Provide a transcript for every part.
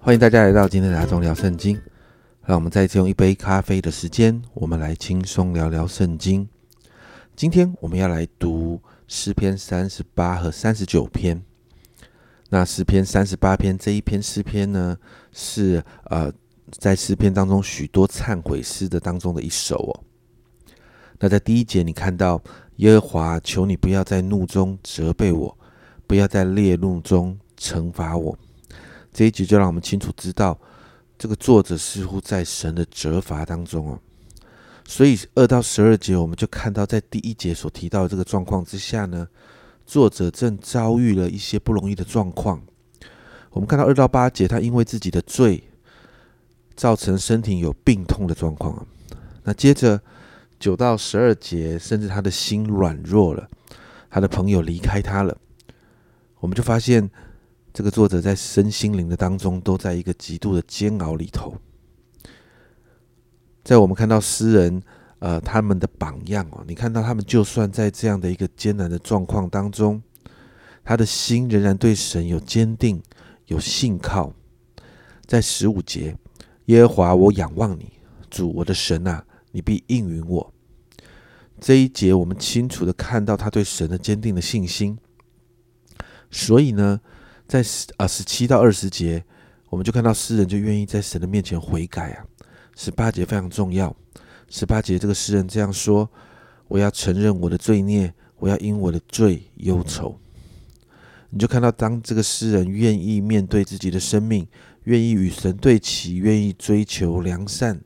欢迎大家来到今天的阿忠聊圣经。让我们再一次用一杯咖啡的时间，我们来轻松聊聊圣经。今天我们要来读诗篇38和39篇。那诗篇38篇这一篇诗篇呢，是在诗篇当中许多忏悔诗的当中的一首哦。那在第一节你看到耶和华，求你不要在怒中责备我，不要在烈怒中惩罚我。这一节就让我们清楚知道，这个作者似乎在神的责罚当中哦。所以2到12节我们就看到，在第一节所提到的这个状况之下呢，作者正遭遇了一些不容易的状况。我们看到2到8节，他因为自己的罪造成身体有病痛的状况。那接着9到12节，甚至他的心软弱了，他的朋友离开他了。我们就发现这个作者在身心灵的当中都在一个极度的煎熬里头。在我们看到诗人他们的榜样哦，你看到他们就算在这样的一个艰难的状况当中，他的心仍然对神有坚定有信靠。在15节，耶和华，我仰望你，主我的神啊，你必应允我。这一节我们清楚的看到他对神的坚定的信心。所以呢，在17到20节，我们就看到诗人就愿意在神的面前悔改啊。18节非常重要。18节这个诗人这样说：我要承认我的罪孽，我要因我的罪忧愁。你就看到，当这个诗人愿意面对自己的生命，愿意与神对齐，愿意追求良善，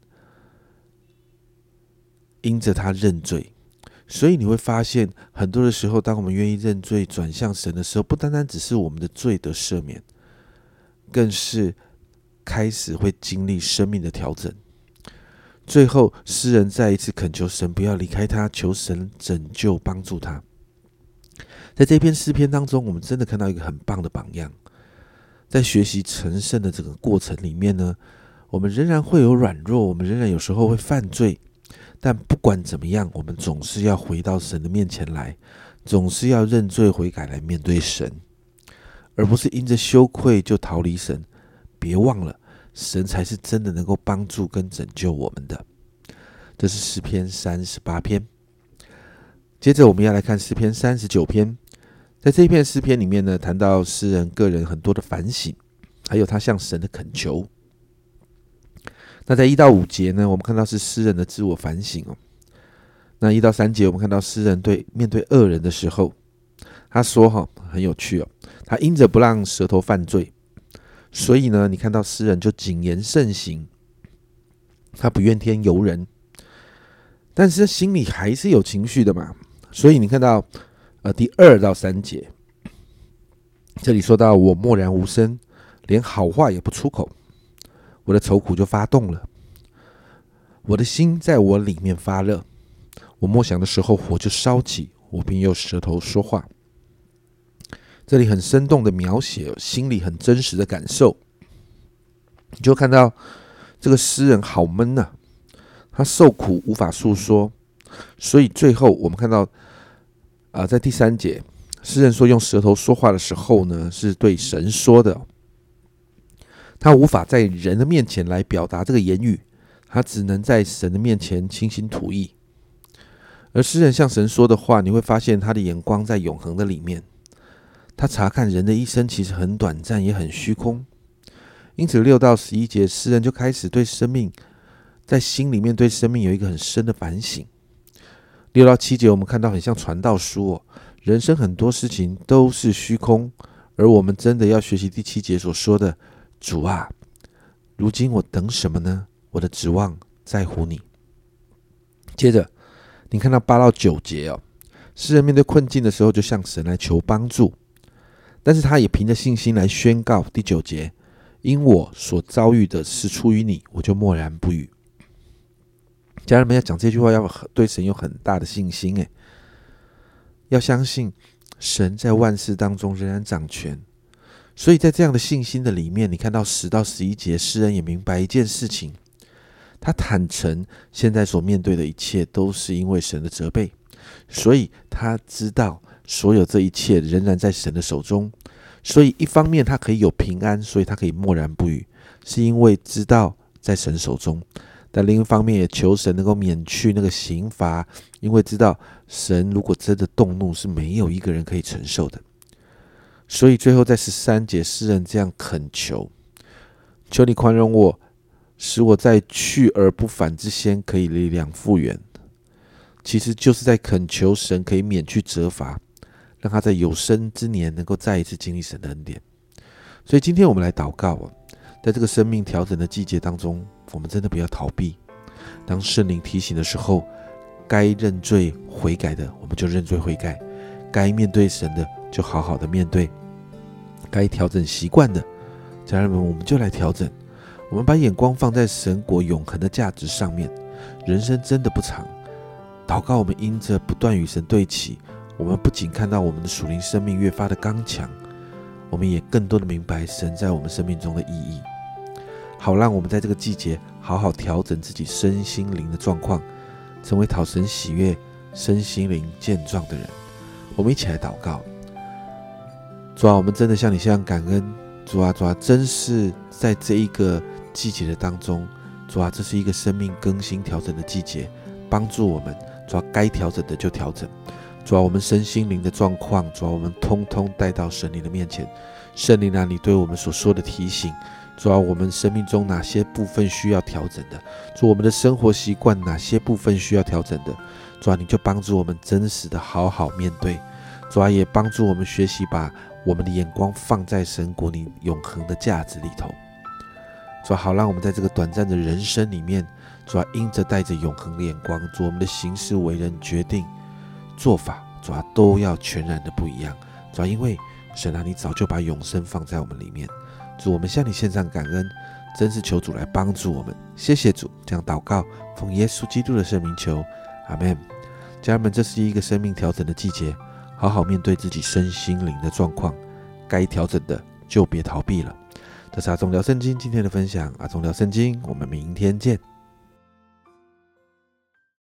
因着他认罪。所以你会发现，很多的时候，当我们愿意认罪转向神的时候，不单单只是我们的罪得赦免，更是开始会经历生命的调整。最后诗人再一次恳求神不要离开他，求神拯救帮助他。在这篇诗篇当中，我们真的看到一个很棒的榜样。在学习成圣的这个过程里面呢，我们仍然会有软弱，我们仍然有时候会犯罪，但不管怎么样，我们总是要回到神的面前来，总是要认罪悔改来面对神，而不是因着羞愧就逃离神。别忘了，神才是真的能够帮助跟拯救我们的。这是诗篇38篇。接着我们要来看诗篇39篇。在这一篇诗篇里面呢，谈到诗人个人很多的反省，还有他向神的恳求。那在1到5节呢，我们看到是诗人的自我反省哦。那1到3节，我们看到诗人面对恶人的时候，他说很有趣哦，他因着不让舌头犯罪，所以呢，你看到诗人就谨言慎行，他不怨天尤人，但是心里还是有情绪的嘛。所以你看到第2到3节，这里说到我默然无声，连好话也不出口，我的愁苦就发动了，我的心在我里面发热，我默想的时候火就烧起，我便用舌头说话。这里很生动的描写心里很真实的感受。你就看到这个诗人好闷啊，他受苦无法诉说。所以最后我们看到在第3节，诗人说用舌头说话的时候呢，是对神说的。他无法在人的面前来表达这个言语，他只能在神的面前倾心吐意。而诗人向神说的话，你会发现他的眼光在永恒的里面。他查看人的一生其实很短暂，也很虚空。因此6到11节，诗人就开始对生命，在心里面对生命有一个很深的反省。6到7节，我们看到很像传道书哦，人生很多事情都是虚空，而我们真的要学习第7节所说的，主啊，如今我等什么呢？我的指望在乎你。接着你看到8到9节哦，诗人面对困境的时候就向神来求帮助，但是他也凭着信心来宣告。第9节，因我所遭遇的是出于你，我就默然不语。家人们要讲这句话，要对神有很大的信心，要相信神在万事当中仍然掌权。所以在这样的信心的里面，你看到10到11节，诗人也明白一件事情，他坦诚现在所面对的一切都是因为神的责备，所以他知道所有这一切仍然在神的手中。所以一方面他可以有平安，所以他可以默然不语， 是因为知道在神手中，但另一方面也求神能够免去那个刑罚，因为知道神如果真的动怒，是没有一个人可以承受的。所以最后在13节，诗人这样恳求：求你宽容我，使我在去而不返之先可以力量复原。其实就是在恳求神可以免去责罚，让他在有生之年能够再一次经历神的恩典。所以今天我们来祷告，在这个生命调整的季节当中，我们真的不要逃避。当圣灵提醒的时候，该认罪悔改的我们就认罪悔改，该面对神的就好好的面对，该调整习惯的家人们我们就来调整。我们把眼光放在神国永恒的价值上面。人生真的不长，祷告我们因着不断与神对齐，我们不仅看到我们的属灵生命越发的刚强，我们也更多的明白神在我们生命中的意义，好让我们在这个季节好好调整自己身心灵的状况，成为讨神喜悦、身心灵健壮的人。我们一起来祷告。主啊，我们真的向你向感恩。主啊，真是在这一个季节的当中，主啊，这是一个生命更新调整的季节，帮助我们。主啊，该调整的就调整。主啊，我们身心灵的状况，主啊，我们通通带到神灵的面前。圣灵啊，你对我们所说的提醒，主啊，我们生命中哪些部分需要调整的，主，我们的生活习惯哪些部分需要调整的，主啊，你就帮助我们真实的好好面对。主啊，也帮助我们学习把我们的眼光放在神国里永恒的价值里头。主啊，好让我们在这个短暂的人生里面，主啊，因着带着永恒的眼光，主，我们的行事为人决定做法，主啊，都要全然的不一样。主啊，因为神啊，你早就把永生放在我们里面。主，我们向你献上感恩，真是求主来帮助我们。谢谢主，这样祷告，奉耶稣基督的圣名求，阿们。家人们，这是一个生命调整的季节，好好面对自己身心灵的状况，该调整的就别逃避了。这是阿忠聊圣经今天的分享，阿忠聊圣经，我们明天见。